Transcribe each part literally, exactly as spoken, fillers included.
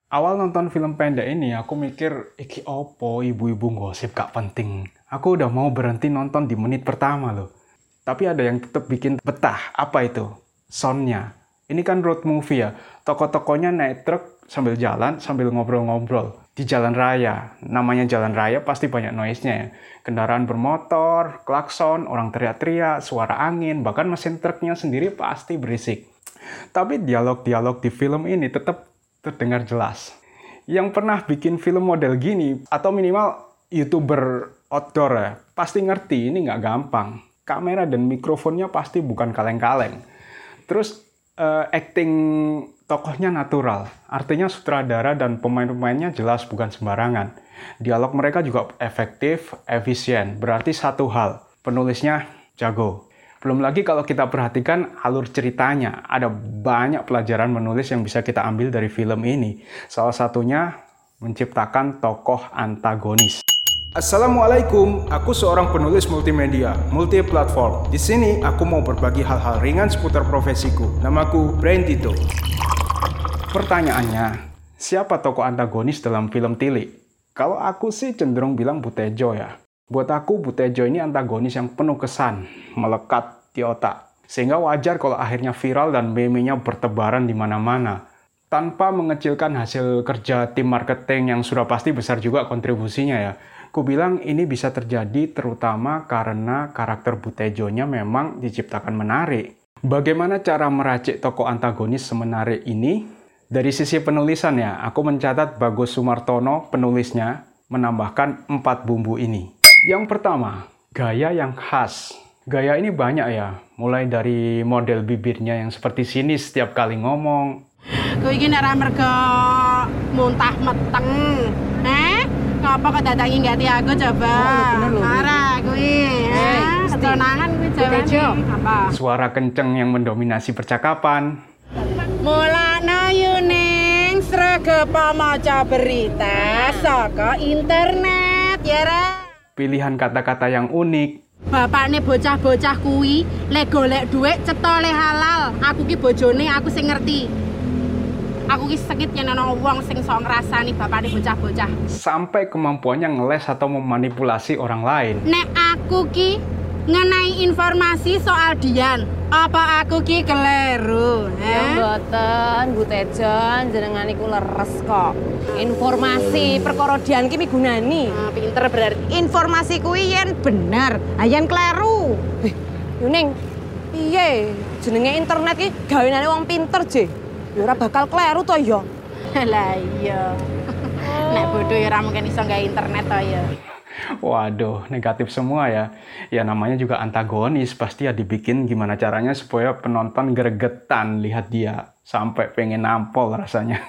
Awal nonton film pendek ini, aku mikir, iki opo ibu-ibu gosip gak penting. Aku udah mau berhenti nonton di menit pertama loh. Tapi ada yang tetap bikin betah. Apa itu? Soundnya. Ini kan road movie ya. Tokoh-tokohnya naik truk sambil jalan, sambil ngobrol-ngobrol. Di jalan raya. Namanya jalan raya pasti banyak noise-nya ya. Kendaraan bermotor, klakson, orang teriak-teriak, suara angin, bahkan mesin truknya sendiri pasti berisik. Tapi dialog-dialog di film ini tetap terdengar jelas. Yang pernah bikin film model gini, atau minimal YouTuber outdoor ya, pasti ngerti ini nggak gampang. Kamera dan mikrofonnya pasti bukan kaleng-kaleng. Terus uh, acting tokohnya natural, artinya sutradara dan pemain-pemainnya jelas bukan sembarangan. Dialog mereka juga efektif, efisien, berarti satu hal, penulisnya jago. Belum lagi kalau kita perhatikan alur ceritanya, ada banyak pelajaran menulis yang bisa kita ambil dari film ini. Salah satunya menciptakan tokoh antagonis. Assalamualaikum, aku seorang penulis multimedia, multi-platform. Di sini aku mau berbagi hal-hal ringan seputar profesiku. Namaku Brain Tito. Pertanyaannya, siapa tokoh antagonis dalam film Tili? Kalau aku sih cenderung bilang Butejo ya. Buat aku, Butejo ini antagonis yang penuh kesan, melekat di otak. Sehingga wajar kalau akhirnya viral dan meme-nya bertebaran di mana-mana. Tanpa mengecilkan hasil kerja tim marketing yang sudah pasti besar juga kontribusinya ya. Ku bilang ini bisa terjadi terutama karena karakter Butejonya memang diciptakan menarik. Bagaimana cara meracik tokoh antagonis semenarik ini? Dari sisi penulisan ya, aku mencatat Bagus Sumartono, penulisnya, menambahkan empat bumbu ini. Yang pertama, gaya yang khas. Gaya ini banyak ya, mulai dari model bibirnya yang seperti sinis setiap kali ngomong. Gue ini ora mergo muntah meteng. Eh, ngapa kok datangi nggak aku coba? Marah gue. Eh, ketenangan gue coba. Suara kenceng yang mendominasi percakapan. Mulane yuning sregep maca berita saka internet ya ra. Pilihan kata-kata yang unik. Bapakne bocah-bocah kuwi lek golek dhuwit cetha le halal. Aku ki bojone, aku sing ngerti. Aku ki sekit yen ana wong sing sok ngrasani bapakne bocah-bocah. Sampai kemampuannya ngeles atau memanipulasi orang lain. Nek aku ki ngenai informasi soal Dian, apa aku ki keliru? Ya mboten, Bu Tejon, jenengan iku leres kok. Informasi perkara Dian ki migunani. Nah, pinter berarti. Informasi kuwi yen bener, ayen kleru. Eh, Yuning, piye? Jenenge internet ki gawenane wong pinter, Je. Ya ora bakal kleru to ya. Lah iya. Nek bodoh ya ora mungkin iso gawe internet to ya. Waduh, negatif semua ya. Ya namanya juga antagonis, pasti ya dibikin gimana caranya supaya penonton gregetan lihat dia. Sampai pengen nampol rasanya.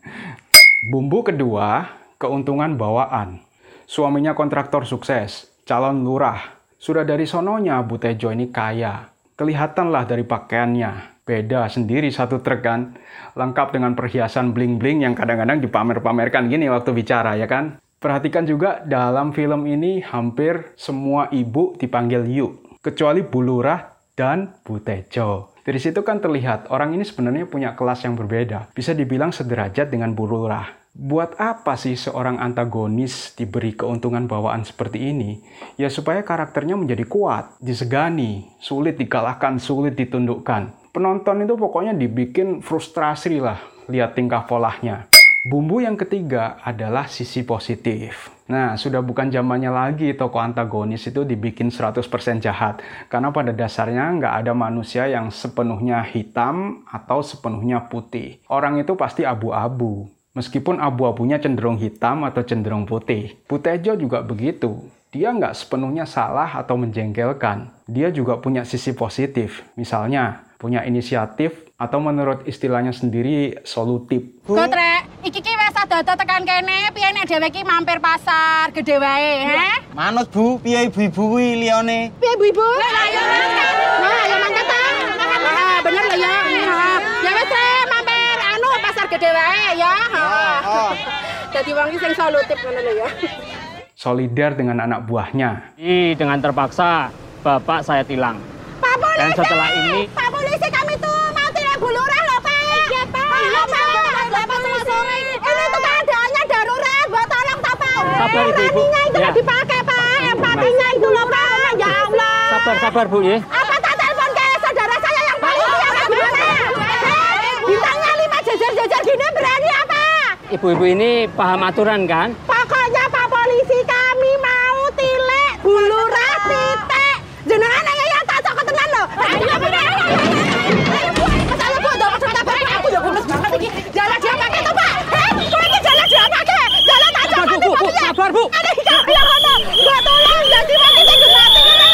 Bumbu kedua, keuntungan bawaan. Suaminya kontraktor sukses, calon lurah. Sudah dari sononya Butejo ini kaya. Kelihatanlah dari pakaiannya. Beda sendiri satu truk kan. Lengkap dengan perhiasan bling-bling yang kadang-kadang dipamer-pamerkan gini waktu bicara ya kan. Perhatikan juga dalam film ini hampir semua ibu dipanggil Yu, kecuali Bu Lurah dan Butejo. Dari situ kan terlihat orang ini sebenarnya punya kelas yang berbeda. Bisa dibilang sederajat dengan Bu Lurah. Buat apa sih seorang antagonis diberi keuntungan bawaan seperti ini? Ya supaya karakternya menjadi kuat, disegani, sulit dikalahkan, sulit ditundukkan. Penonton itu pokoknya dibikin frustrasi lah lihat tingkah polanya. Bumbu yang ketiga adalah sisi positif. Nah, sudah bukan zamannya lagi tokoh antagonis itu dibikin seratus persen jahat. Karena pada dasarnya nggak ada manusia yang sepenuhnya hitam atau sepenuhnya putih. Orang itu pasti abu-abu. Meskipun abu-abunya cenderung hitam atau cenderung putih. Butejo juga begitu. Dia nggak sepenuhnya salah atau menjengkelkan. Dia juga punya sisi positif. Misalnya, punya inisiatif atau menurut istilahnya sendiri solutif. Kotrek, iki ki wis ada tekan kene, piye nek dhewe ki mampir pasar gede wae, he? Manut Bu, piye ibu-ibu kuwi liyane? Piye ibu-ibu? Lah ya mangkat. Nah, ya mangkat ta. Ah, bener lah ya. Ya wis mampir anu pasar gede wae ya. Heeh. Dadi wong iki sing solutif ngono lho ya. Solidar dengan anak buahnya. I, dengan terpaksa, bapak saya tilang. Pak Polisi! Dan setelah ini... Pak Polisi, kami tuh mau tilang Bu Lurah loh, Pak! Iya, Pak! Iya, Pak! Pak Polisi! Ini tuh nuraninya itu Ya. nggak dipakai Pak, empatinya itu loh Pak. Ya Allah. Sabar, sabar Bu ya. Apa tak telepon ke saudara saya yang polisi apa gimana? Eh, bintangnya lima jajar-jajar gini berani apa? Ibu-ibu ini paham aturan kan? Pokoknya Pak Polisi kami mau tilek bulurah titik. Jenengan ayo ya tak cocok tenan lho. Ayo ayo ayo. Ayo Bu, masalah Bu, udah maksud tabrak aku ya gemes banget iki. Jalan dia pakai to Pak. Eh, kowe iki jalan dia pakai. Jalan tak cocok. Bu, Bu, Bu, sabar Bu. Ada hijau ya kono. Gua tolong jadi mati sing mati ngono.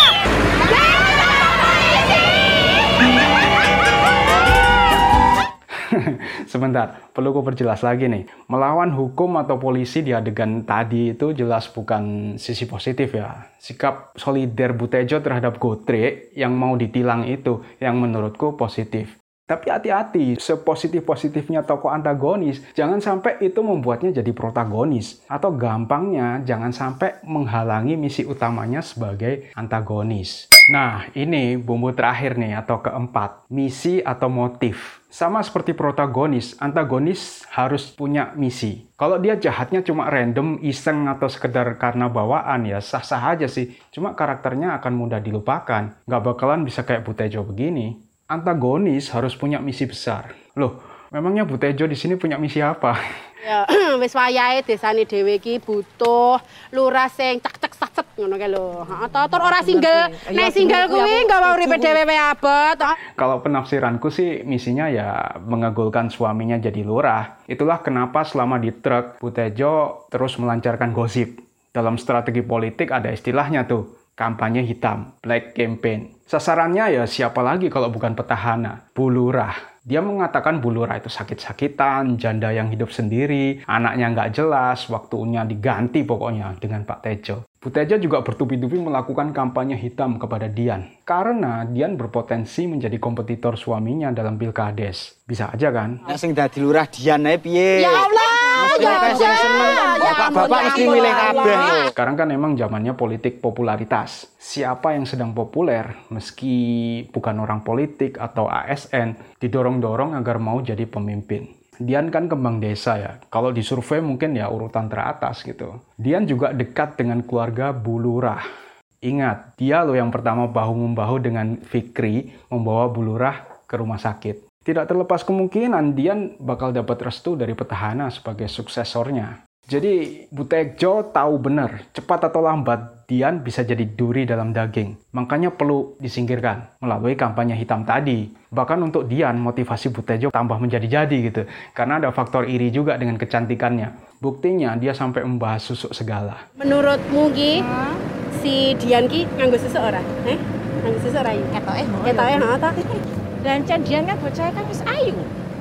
Sebentar, perlu ku perjelas lagi nih. Melawan hukum atau polisi di adegan tadi itu jelas bukan sisi positif ya. Sikap solider Butejo terhadap Gotre yang mau ditilang itu yang menurutku positif. Tapi hati-hati, sepositif-positifnya tokoh antagonis, jangan sampai itu membuatnya jadi protagonis. Atau gampangnya, jangan sampai menghalangi misi utamanya sebagai antagonis. Nah, ini bumbu terakhir nih, atau keempat, misi atau motif. Sama seperti protagonis, antagonis harus punya misi. Kalau dia jahatnya cuma random, iseng, atau sekedar karena bawaan, ya sah-sah aja sih. Cuma karakternya akan mudah dilupakan. Nggak bakalan bisa kayak Butejo begini. Antagonis harus punya misi besar. Loh, memangnya Butejo di sini punya misi apa? Ya wis wayahe desane dhewe iki butuh lurah sing cek-cek sacet ngono kae lho. Heeh, tur ora single. Nek single kuwi nggawa uripe dhewe wae abot. Kalau penafsiranku sih misinya ya mengagulkan suaminya jadi lurah. Itulah kenapa selama di truk Butejo terus melancarkan gosip. Dalam strategi politik ada istilahnya tuh, kampanye hitam, black campaign. Sasarannya ya siapa lagi kalau bukan petahana, Bu Lurah. Dia mengatakan Bu Lurah itu sakit-sakitan, janda yang hidup sendiri, anaknya nggak jelas, waktunya diganti pokoknya dengan Pak Tejo. Bu Tejo juga bertubi-tubi melakukan kampanye hitam kepada Dian. Karena Dian berpotensi menjadi kompetitor suaminya dalam Pilkades. Bisa aja kan? Nek sing dadi lurah Dian ae piye? Ya Allah, Mesti ya akeh sing Allah. seneng. Bapak-bapak mesti milih kabeh lho. Sekarang kan emang zamannya politik popularitas. Siapa yang sedang populer, meski bukan orang politik atau A S N, didorong-dorong agar mau jadi pemimpin. Dian kan kembang desa ya. Kalau disurvei mungkin ya urutan teratas gitu. Dian juga dekat dengan keluarga Bu Lurah. Ingat, dia loh yang pertama bahu-membahu dengan Fikri membawa Bu Lurah ke rumah sakit. Tidak terlepas kemungkinan Dian bakal dapat restu dari petahana sebagai suksesornya. Jadi Butejo tahu benar, cepat atau lambat Dian bisa jadi duri dalam daging. Makanya perlu disingkirkan melalui kampanye hitam tadi. Bahkan untuk Dian, motivasi Butejo tambah menjadi-jadi gitu. Karena ada faktor iri juga dengan kecantikannya. Buktinya dia sampai membahas susuk segala. Menurutmu ki si Dian ki nganggo susu ora? Eh? Nganggo susu ora iki? Ketoke ngono. Ketoke heeh ta. Dan Chan Dian kan bocah kan wis ayu.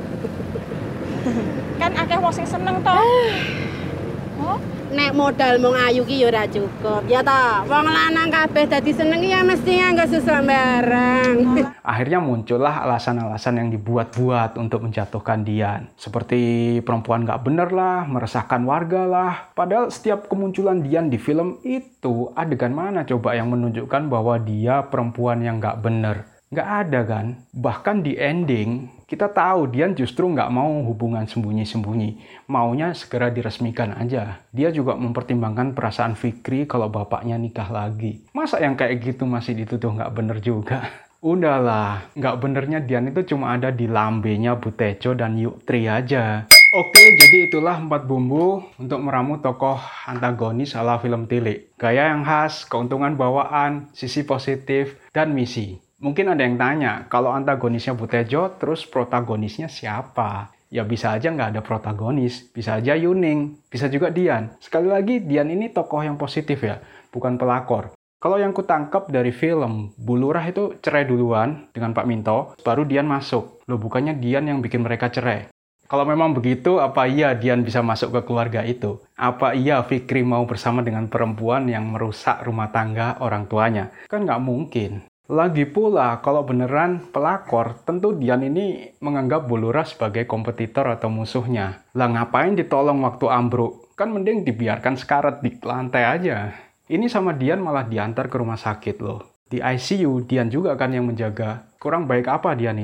Kan akeh wong sing seneng to. Oh, Nek modal mung ayu ki ya ora cukup. Ya ta, wong lanang kabeh dadi seneng ya mesti nganggo susu bareng. Akhirnya muncullah alasan-alasan yang dibuat-buat untuk menjatuhkan Dian. Seperti perempuan nggak bener lah, meresahkan warga lah. Padahal setiap kemunculan Dian di film itu, adegan mana coba yang menunjukkan bahwa dia perempuan yang nggak bener? Nggak ada kan? Bahkan di ending, kita tahu Dian justru nggak mau hubungan sembunyi-sembunyi. Maunya segera diresmikan aja. Dia juga mempertimbangkan perasaan Fikri kalau bapaknya nikah lagi. Masa yang kayak gitu masih dituduh nggak bener juga? Udahlah, nggak benernya Dian itu cuma ada di lambenya Butejo dan Yuktri aja. Oke, jadi itulah empat bumbu untuk meramu tokoh antagonis ala film Tilik. Gaya yang khas, keuntungan bawaan, sisi positif, dan misi. Mungkin ada yang tanya, kalau antagonisnya Butejo, terus protagonisnya siapa? Ya bisa aja nggak ada protagonis, bisa aja Yuning, bisa juga Dian. Sekali lagi, Dian ini tokoh yang positif ya, bukan pelakor. Kalau yang kutangkap dari film, Bu Lurah itu cerai duluan dengan Pak Minto, baru Dian masuk. Loh bukannya Dian yang bikin mereka cerai. Kalau memang begitu, apa iya Dian bisa masuk ke keluarga itu? Apa iya Fikri mau bersama dengan perempuan yang merusak rumah tangga orang tuanya? Kan nggak mungkin. Lagi pula, kalau beneran pelakor, tentu Dian ini menganggap Bu Lurah sebagai kompetitor atau musuhnya. Lah ngapain ditolong waktu ambruk? Kan mending dibiarkan sekarat di lantai aja. Ini sama Dian malah diantar ke rumah sakit loh. Di I C U, Dian juga kan yang menjaga. Kurang baik apa Dian ini?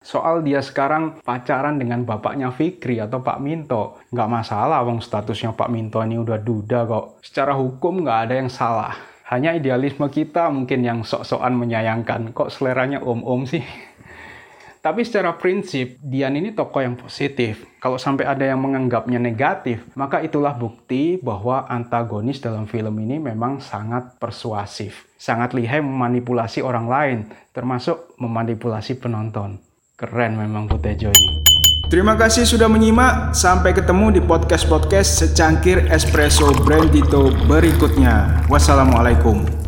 Soal dia sekarang pacaran dengan bapaknya Fikri atau Pak Minto. Nggak masalah, wong statusnya Pak Minto ini udah duda kok. Secara hukum nggak ada yang salah. Hanya idealisme kita mungkin yang sok-sokan menyayangkan. Kok seleranya om-om sih? Tapi secara prinsip, Dian ini tokoh yang positif. Kalau sampai ada yang menganggapnya negatif, maka itulah bukti bahwa antagonis dalam film ini memang sangat persuasif. Sangat lihai memanipulasi orang lain, termasuk memanipulasi penonton. Keren memang Putejo ini. Terima kasih sudah menyimak. Sampai ketemu di podcast-podcast secangkir espresso Brandito berikutnya. Wassalamualaikum.